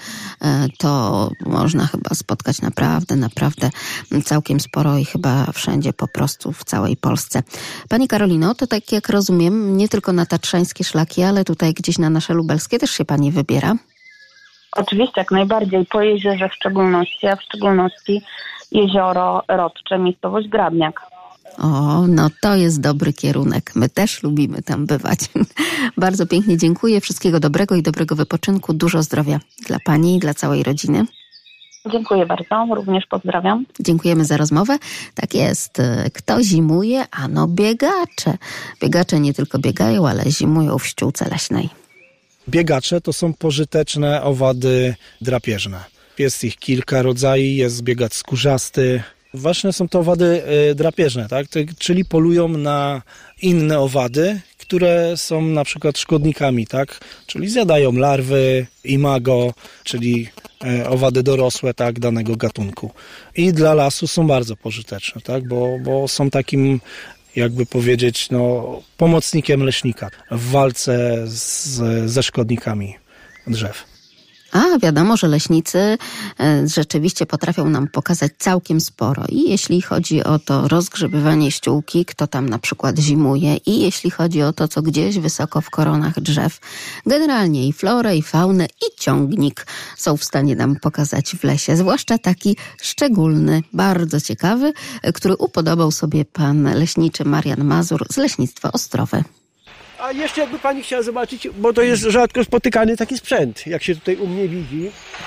to można chyba spotkać naprawdę, naprawdę całkiem sporo i chyba wszędzie po prostu w całej Polsce. Pani Karolino, to tak jak rozumiem, nie tylko na tatrzańskie szlaki, ale tutaj gdzieś na nasze lubelskie też się Pani wybiera? Oczywiście, jak najbardziej. Po jeziorze w szczególności, a w szczególności jezioro Rodcze, miejscowość Grabniak. O, no to jest dobry kierunek. My też lubimy tam bywać. Bardzo pięknie dziękuję. Wszystkiego dobrego i dobrego wypoczynku. Dużo zdrowia dla Pani i dla całej rodziny. Dziękuję bardzo. Również pozdrawiam. Dziękujemy za rozmowę. Tak jest. Kto zimuje? Ano biegacze. Biegacze nie tylko biegają, ale zimują w ściółce leśnej. Biegacze to są pożyteczne owady drapieżne. Jest ich kilka rodzajów, jest biegacz skórzasty. Ważne są to owady drapieżne, tak? Czyli polują na inne owady, które są na przykład szkodnikami, tak? Czyli zjadają larwy, imago, czyli owady dorosłe, tak, danego gatunku. I dla lasu są bardzo pożyteczne, tak? Bo, bo są takim, jakby powiedzieć, no, pomocnikiem leśnika w walce z, ze szkodnikami drzew. A wiadomo, że leśnicy rzeczywiście potrafią nam pokazać całkiem sporo. I jeśli chodzi o to rozgrzebywanie ściółki, kto tam na przykład zimuje, i jeśli chodzi o to, co gdzieś wysoko w koronach drzew, generalnie i florę, i faunę, i ciągnik są w stanie nam pokazać w lesie. Zwłaszcza taki szczególny, bardzo ciekawy, który upodobał sobie pan leśniczy Marian Mazur z Leśnictwa Ostrowy. A jeszcze jakby Pani chciała zobaczyć, bo to jest rzadko spotykany taki sprzęt, jak się tutaj u mnie widzi.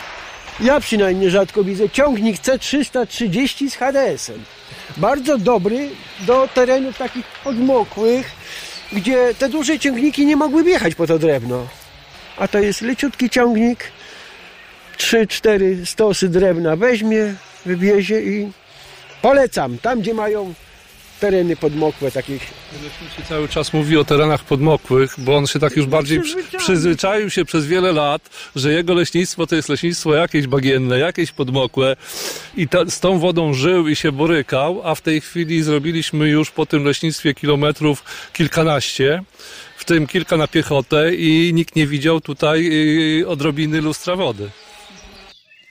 Ja przynajmniej rzadko widzę ciągnik C trzysta trzydzieści z H D S-em. Bardzo dobry do terenów takich podmokłych, gdzie te duże ciągniki nie mogły wjechać po to drewno. A to jest leciutki ciągnik, trzy cztery stosy drewna weźmie, wywiezie i polecam. Tam, gdzie mają tereny podmokłe takich. Leśniczy cały czas mówi o terenach podmokłych, bo on się tak już bardziej przy, przyzwyczaił się przez wiele lat, że jego leśnictwo to jest leśnictwo jakieś bagienne, jakieś podmokłe i ta, z tą wodą żył i się borykał, a w tej chwili zrobiliśmy już po tym leśnictwie kilometrów kilkanaście, w tym kilka na piechotę i nikt nie widział tutaj odrobiny lustra wody.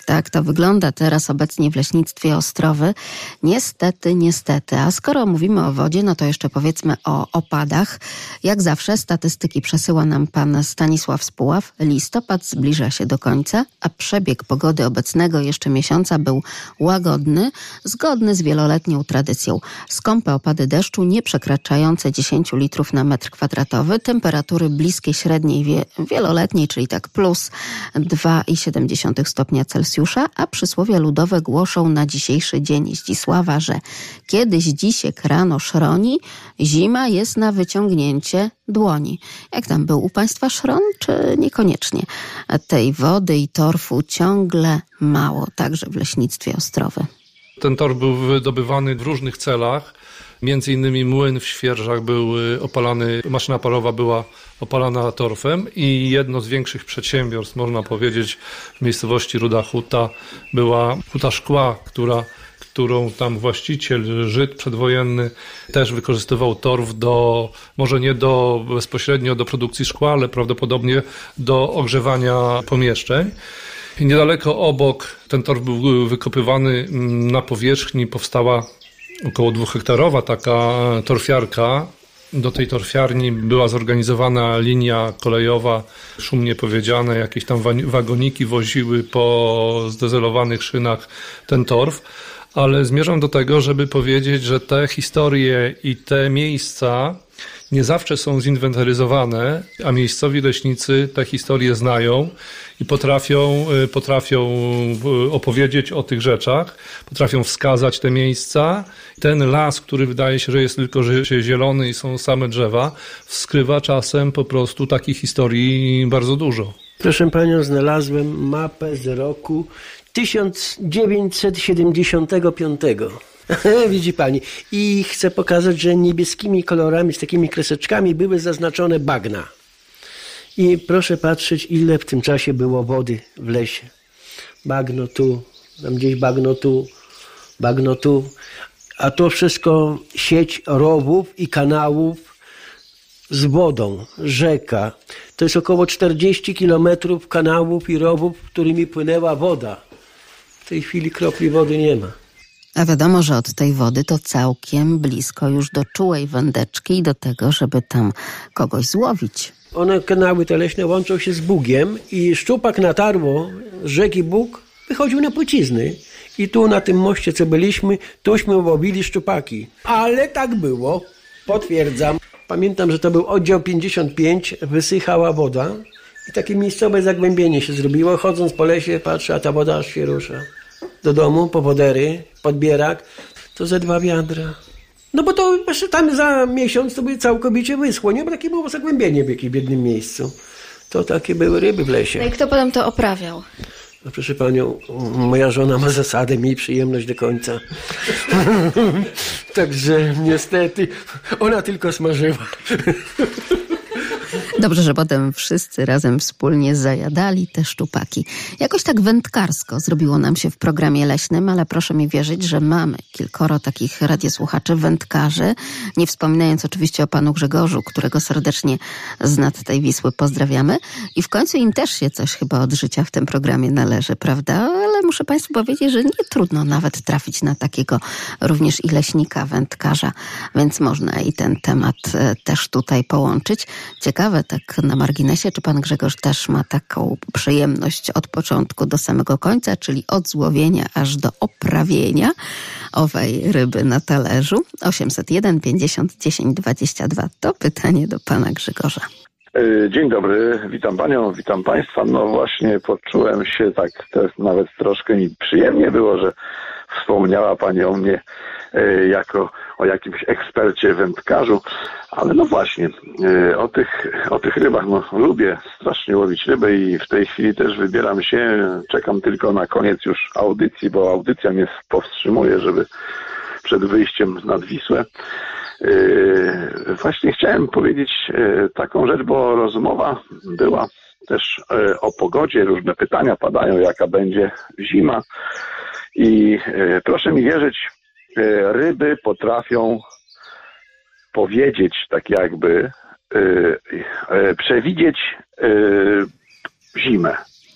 Tak to wygląda teraz obecnie w leśnictwie Ostrowy. Niestety, niestety. A skoro mówimy o wodzie, no to jeszcze powiedzmy o opadach. Jak zawsze statystyki przesyła nam pan Stanisław Spuław. Listopad zbliża się do końca, a przebieg pogody obecnego jeszcze miesiąca był łagodny, zgodny z wieloletnią tradycją. Skąpe opady deszczu nie przekraczające dziesięć litrów na metr kwadratowy, temperatury bliskie średniej wie- wieloletniej, czyli tak plus dwa i siedem stopnia Celsjusza, a przysłowie ludowe głoszą na dzisiejszy dzień Zdzisława, że kiedyś dzisiek rano szroni, zima jest na wyciągnięcie dłoni. Jak tam był u państwa szron, czy niekoniecznie? Tej wody i torfu ciągle mało, także w leśnictwie Ostrowy. Ten torf był wydobywany w różnych celach. Między innymi młyn w Świerżach był opalany, maszyna parowa była opalana torfem i jedno z większych przedsiębiorstw, można powiedzieć, w miejscowości Ruda Huta była Huta Szkła, która, którą tam właściciel, Żyd przedwojenny, też wykorzystywał torf do, może nie do bezpośrednio do produkcji szkła, ale prawdopodobnie do ogrzewania pomieszczeń. I niedaleko obok ten torf był wykopywany na powierzchni, powstała około dwuhektarowa taka torfiarka. Do tej torfiarni była zorganizowana linia kolejowa, szumnie powiedziane, jakieś tam wagoniki woziły po zdezelowanych szynach ten torf. Ale zmierzam do tego, żeby powiedzieć, że te historie i te miejsca nie zawsze są zinwentaryzowane, a miejscowi leśnicy te historie znają i potrafią, potrafią opowiedzieć o tych rzeczach, potrafią wskazać te miejsca. Ten las, który wydaje się, że jest tylko zielony i są same drzewa, skrywa czasem po prostu takich historii bardzo dużo. Proszę panią, znalazłem mapę z roku tysiąc dziewięćset siedemdziesiątego piątego. Widzi pani. I chcę pokazać, że niebieskimi kolorami, z takimi kreseczkami były zaznaczone bagna. I proszę patrzeć, ile w tym czasie było wody w lesie. Bagno tu, tam gdzieś bagno tu, bagno tu. A to wszystko sieć rowów i kanałów z wodą, rzeka. To jest około czterdzieści kilometrów kanałów i rowów, którymi płynęła woda. W tej chwili kropli wody nie ma. A wiadomo, że od tej wody to całkiem blisko już do czułej wędeczki i do tego, żeby tam kogoś złowić. One, kanały te leśne, łączą się z Bugiem i szczupak na tarło z rzeki Bóg wychodził na Płcizny. I tu na tym moście, co byliśmy, tuśmy łowili szczupaki. Ale tak było, potwierdzam. Pamiętam, że to był oddział pięćdziesiąt pięć, wysychała woda i takie miejscowe zagłębienie się zrobiło. Chodząc po lesie, patrzę, a ta woda aż się rusza. Do domu, po wodery, pod bierak, to ze dwa wiadra. No bo to tam za miesiąc to by całkowicie wyschło, nie? Bo takie było zagłębienie w jakimś biednym miejscu. To takie były ryby w lesie. No i kto potem to oprawiał? No proszę panią, moja żona ma zasadę, miej przyjemność do końca. Także niestety ona tylko smażyła. Dobrze, że potem wszyscy razem wspólnie zajadali te szczupaki. Jakoś tak wędkarsko zrobiło nam się w programie leśnym, ale proszę mi wierzyć, że mamy kilkoro takich radiosłuchaczy, wędkarzy, nie wspominając oczywiście o panu Grzegorzu, którego serdecznie z nad tej Wisły pozdrawiamy. I w końcu im też się coś chyba od życia w tym programie należy, prawda? Ale muszę państwu powiedzieć, że nie trudno nawet trafić na takiego również i leśnika, wędkarza, więc można i ten temat też tutaj połączyć. Ciekawe tak na marginesie, czy pan Grzegorz też ma taką przyjemność od początku do samego końca, czyli od złowienia aż do oprawienia owej ryby na talerzu. osiemset jeden pięćdziesiąt dziesięć dwadzieścia dwa to pytanie do pana Grzegorza. Dzień dobry, witam panią, witam państwa. No właśnie poczułem się tak, też nawet troszkę mi przyjemnie było, że wspomniała pani o mnie jako o jakimś ekspercie wędkarzu, ale no właśnie, o tych, o tych rybach, no lubię strasznie łowić ryby i w tej chwili też wybieram się, czekam tylko na koniec już audycji, bo audycja mnie powstrzymuje, żeby przed wyjściem nad Wisłę. Właśnie chciałem powiedzieć taką rzecz, bo rozmowa była też o pogodzie, różne pytania padają, jaka będzie zima i proszę mi wierzyć, ryby potrafią powiedzieć, tak jakby przewidzieć zimę.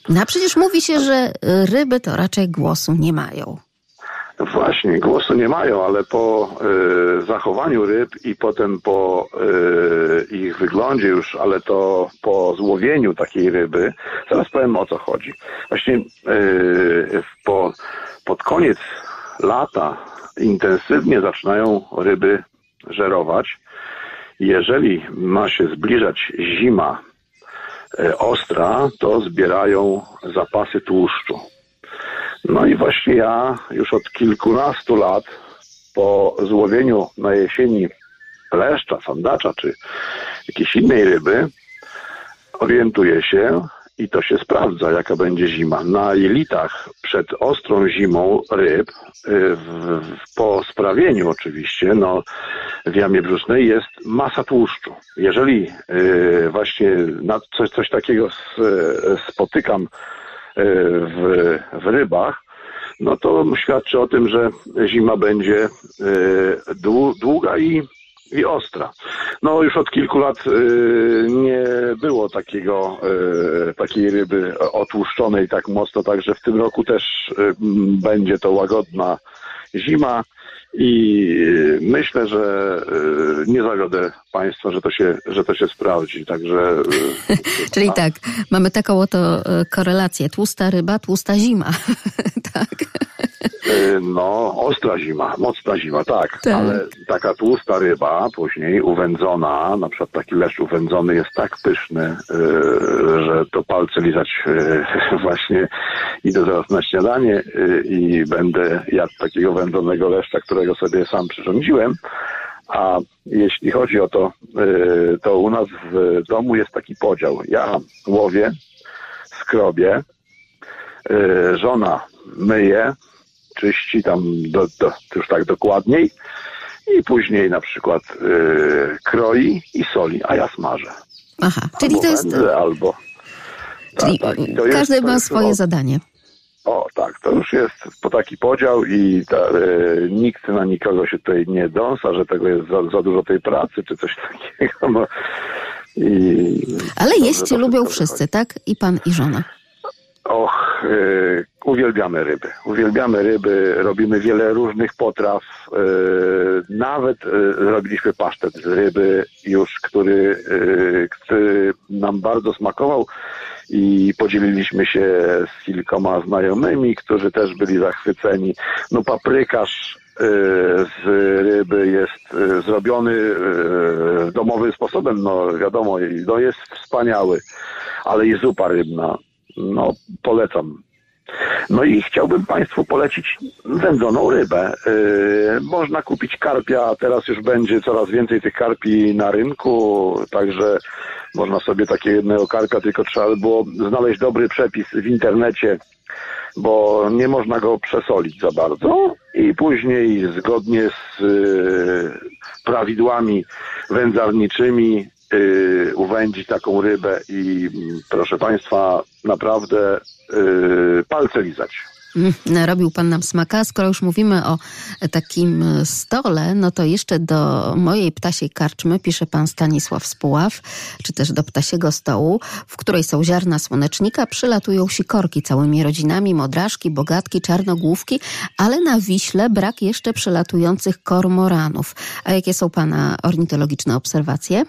No a przecież mówi się, że ryby to raczej głosu nie mają. Właśnie, głosu nie mają, ale po y, zachowaniu ryb i potem po y, ich wyglądzie już, ale to po złowieniu takiej ryby, zaraz powiem, o co chodzi. Właśnie y, po, pod koniec lata intensywnie zaczynają ryby żerować. Jeżeli ma się zbliżać zima y, ostra, to zbierają zapasy tłuszczu. No i właśnie ja już od kilkunastu lat po złowieniu na jesieni leszcza, sandacza czy jakiejś innej ryby orientuję się i to się sprawdza, jaka będzie zima. Na jelitach przed ostrą zimą ryb, w, w, po sprawieniu oczywiście, no w jamie brzusznej jest masa tłuszczu. Jeżeli y, właśnie na coś, coś takiego s, spotykam W, w rybach, no to świadczy o tym, że zima będzie długa i, i ostra. No już od kilku lat nie było takiego, takiej ryby otłuszczonej tak mocno, także w tym roku też będzie to łagodna zima. I myślę, że nie zawiodę Państwa, że to się, że to się sprawdzi. Także. Czyli tak, mamy taką oto korelację. Tłusta ryba, tłusta zima. Tak. No, ostra zima, mocna zima, tak, tak. Ale taka tłusta ryba, później uwędzona, na przykład taki leszcz uwędzony jest tak pyszny, yy, że to palce lizać yy, właśnie idę zaraz na śniadanie yy, i będę jadł takiego wędzonego leszcza, którego sobie sam przyrządziłem. A jeśli chodzi o to, yy, to u nas w domu jest taki podział. Ja łowię, skrobię, yy, żona myje, czyści tam do, do, już tak dokładniej i później na przykład yy, kroi i soli, a ja smażę. Aha, czyli albo to jest... Wędzę, albo... Czyli tak, tak, każdy jest, ma jest, swoje o, zadanie. O tak, to już jest po taki podział i ta, yy, nikt na nikogo się tutaj nie dąsa, że tego jest za, za dużo tej pracy, czy coś takiego. No, i, Ale dobrze, jeść lubią wszyscy, wychodzi. Tak? I pan, i żona. Och, yy, uwielbiamy ryby. Uwielbiamy ryby, robimy wiele różnych potraw. Yy, nawet yy, robiliśmy pasztet z ryby już, który, yy, który nam bardzo smakował i podzieliliśmy się z kilkoma znajomymi, którzy też byli zachwyceni. No paprykarz yy, z ryby jest yy, zrobiony yy, domowym sposobem, no wiadomo, no jest wspaniały, ale i zupa rybna. No, polecam. No i chciałbym Państwu polecić wędzoną rybę. Yy, można kupić karpia, teraz już będzie coraz więcej tych karpi na rynku, także można sobie takie jednego karpia, tylko trzeba by było znaleźć dobry przepis w internecie, bo nie można go przesolić za bardzo i później zgodnie z yy, prawidłami wędzarniczymi Yy, uwędzić taką rybę i proszę Państwa, naprawdę yy, palce lizać. Narobił pan nam smaka. Skoro już mówimy o takim stole, no to jeszcze do mojej ptasiej karczmy pisze pan Stanisław z Puław, czy też do ptasiego stołu, w której są ziarna słonecznika, przylatują sikorki całymi rodzinami, modraszki, bogatki, czarnogłówki, ale na Wiśle brak jeszcze przylatujących kormoranów. A jakie są pana ornitologiczne obserwacje?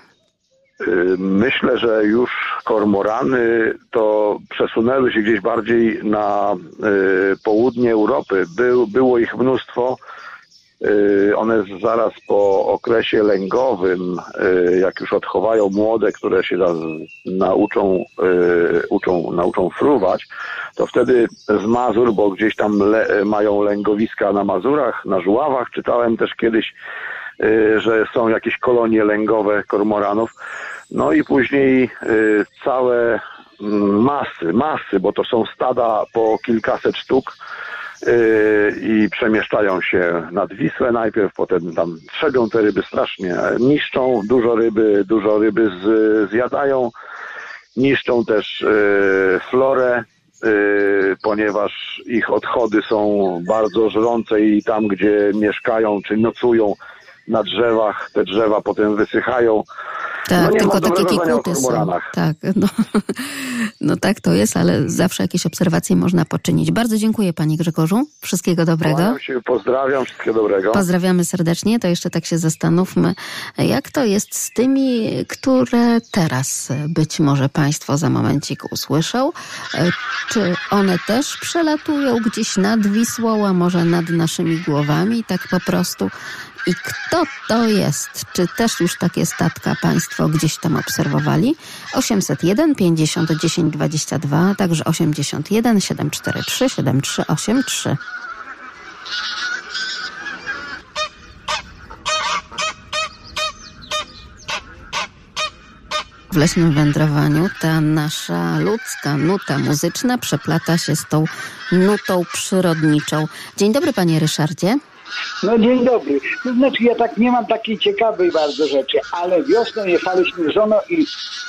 Myślę, że już kormorany to przesunęły się gdzieś bardziej na y, południe Europy. Był, było ich mnóstwo. Y, one zaraz po okresie lęgowym, y, jak już odchowają młode, które się na, nauczą, y, uczą, nauczą fruwać, to wtedy z Mazur, bo gdzieś tam le, mają lęgowiska na Mazurach, na Żuławach, czytałem też kiedyś, że są jakieś kolonie lęgowe kormoranów. No i później y, całe masy, masy, bo to są stada po kilkaset sztuk y, i przemieszczają się nad Wisłę najpierw, potem tam trzebią te ryby strasznie, niszczą dużo ryby, dużo ryby z, zjadają, niszczą też y, florę, y, ponieważ ich odchody są bardzo żrące i tam, gdzie mieszkają czy nocują, na drzewach, te drzewa potem wysychają. Tak, no nie tylko mam takie dobrego zdania o kikuty są. kormoranach. Tak, no, no tak to jest, ale zawsze jakieś obserwacje można poczynić. Bardzo dziękuję panie Grzegorzu. Wszystkiego dobrego. Kłaniam się, pozdrawiam, wszystkiego dobrego. Pozdrawiamy serdecznie. To jeszcze tak się zastanówmy, jak to jest z tymi, które teraz być może państwo za momencik usłyszą. Czy one też przelatują gdzieś nad Wisłą, a może nad naszymi głowami, tak po prostu? I kto to jest? Czy też już takie statka państwo gdzieś tam obserwowali? osiemset jeden pięćdziesiąt dziesięć dwadzieścia dwa, także osiemdziesiąt jeden siedemset czterdzieści trzy siedemdziesiąt trzy osiemdziesiąt trzy. W leśnym wędrowaniu ta nasza ludzka nuta muzyczna przeplata się z tą nutą przyrodniczą. Dzień dobry panie Ryszardzie. No dzień dobry. To znaczy ja tak nie mam takiej ciekawej bardzo rzeczy, ale wiosną jechaliśmy z żoną i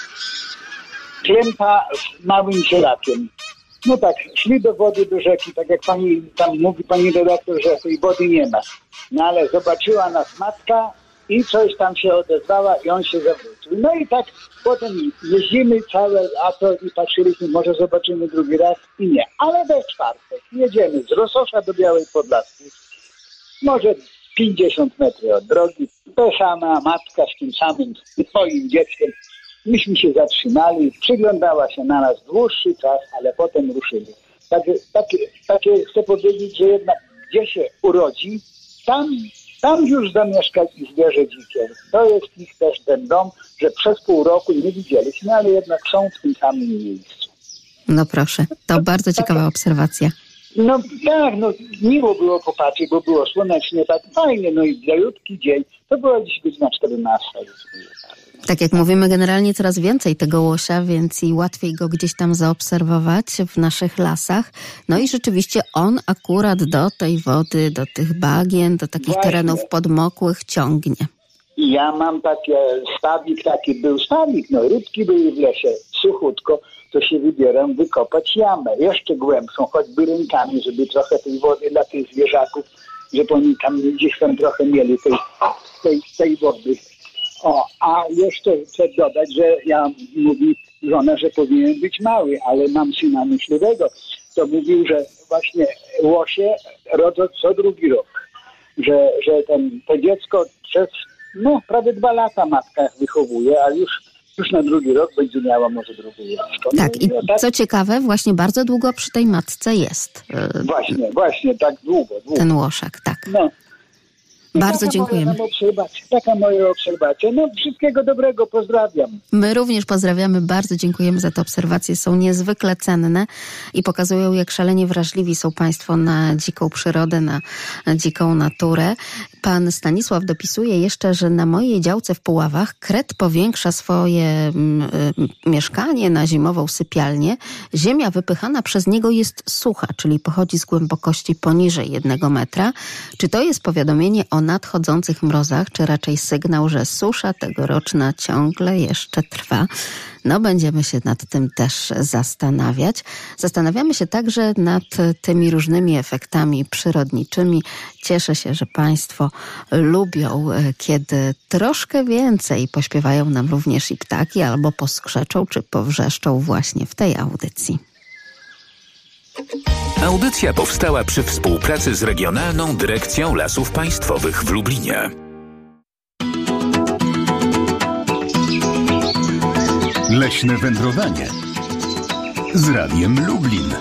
klienta z małym cielakiem. No tak, szli do wody, do rzeki, tak jak pani tam mówi, pani redaktor, że tej wody nie ma. No ale zobaczyła nas matka i coś tam się odezwała i on się zawrócił. No i tak potem jeździmy całe lato i patrzyliśmy, może zobaczymy drugi raz i nie. Ale we czwartek jedziemy z Rososza do Białej Podlaskiej. Może pięćdziesiąt metrów od drogi. Ta sama matka z tym samym moim dzieckiem. Myśmy się zatrzymali, przyglądała się na nas dłuższy czas, ale potem ruszyli. Takie, takie, takie chcę powiedzieć, że jednak gdzie się urodzi, tam, tam już zamieszka i zwierzę dzikie. To jest ich też ten dom, że przez pół roku nie widzieliśmy, ale jednak są w tym samym miejscu. No proszę, to bardzo ciekawa obserwacja. No tak, no miło było popatrzeć, bo było słonecznie, tak fajnie, no i białutki dzień. To była dziś godzina czternasta. Tak jak mówimy, generalnie coraz więcej tego łosia, więc i łatwiej go gdzieś tam zaobserwować w naszych lasach. No i rzeczywiście on akurat do tej wody, do tych bagien, do takich Właśnie. terenów podmokłych ciągnie. I ja mam takie, stawik taki był stawik, no rybki były w lesie, suchutko, to się wybieram wykopać jamę, jeszcze głębszą, choćby rękami, żeby trochę tej wody dla tych zwierzaków, żeby oni tam gdzieś tam trochę mieli tej, tej, tej wody. O, a jeszcze chcę dodać, że ja mówi żona, że powinien być mały, ale mam syna myśliwego, to mówił, że właśnie łosie rodzą co drugi rok, że, że ten, to dziecko przez no prawie dwa lata matka wychowuje, a już już na drugi rok będzie miała może drugie dziecko. Tak, no, i no, tak, co ciekawe, właśnie bardzo długo przy tej matce jest. Właśnie, właśnie, tak długo, długo. Ten łoszak, tak. No. Bardzo taka dziękujemy. Moja obserwacja, taka moja obserwacja. No wszystkiego dobrego, pozdrawiam. My również pozdrawiamy, bardzo dziękujemy za te obserwacje. Są niezwykle cenne i pokazują, jak szalenie wrażliwi są państwo na dziką przyrodę, na dziką naturę. Pan Stanisław dopisuje jeszcze, że na mojej działce w Puławach kret powiększa swoje mm, y, mieszkanie na zimową sypialnię. Ziemia wypychana przez niego jest sucha, czyli pochodzi z głębokości poniżej jednego metra. Czy to jest powiadomienie o nadchodzących mrozach, czy raczej sygnał, że susza tegoroczna ciągle jeszcze trwa? No, będziemy się nad tym też zastanawiać. Zastanawiamy się także nad tymi różnymi efektami przyrodniczymi. Cieszę się, że państwo lubią, kiedy troszkę więcej pośpiewają nam również i ptaki, albo poskrzeczą, czy powrzeszczą właśnie w tej audycji. Audycja powstała przy współpracy z Regionalną Dyrekcją Lasów Państwowych w Lublinie. Leśne wędrowanie z Radiem Lublin.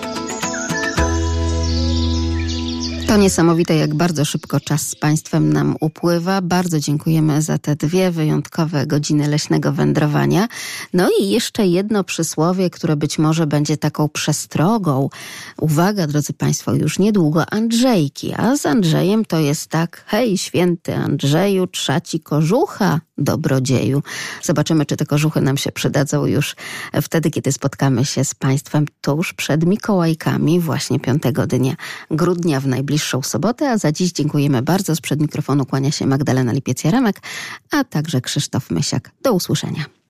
To niesamowite, jak bardzo szybko czas z państwem nam upływa. Bardzo dziękujemy za te dwie wyjątkowe godziny leśnego wędrowania. No i jeszcze jedno przysłowie, które być może będzie taką przestrogą. Uwaga, drodzy państwo, już niedługo Andrzejki, a z Andrzejem to jest tak: hej, święty Andrzeju, trza ci kożucha, dobrodzieju. Zobaczymy, czy te kożuchy nam się przydadzą już wtedy, kiedy spotkamy się z państwem tuż przed Mikołajkami, właśnie piątego dnia grudnia w najbliższą sobotę, a za dziś dziękujemy bardzo. Sprzed mikrofonu kłania się Magdalena Lipiec-Jaremek, a także Krzysztof Mysiak. Do usłyszenia.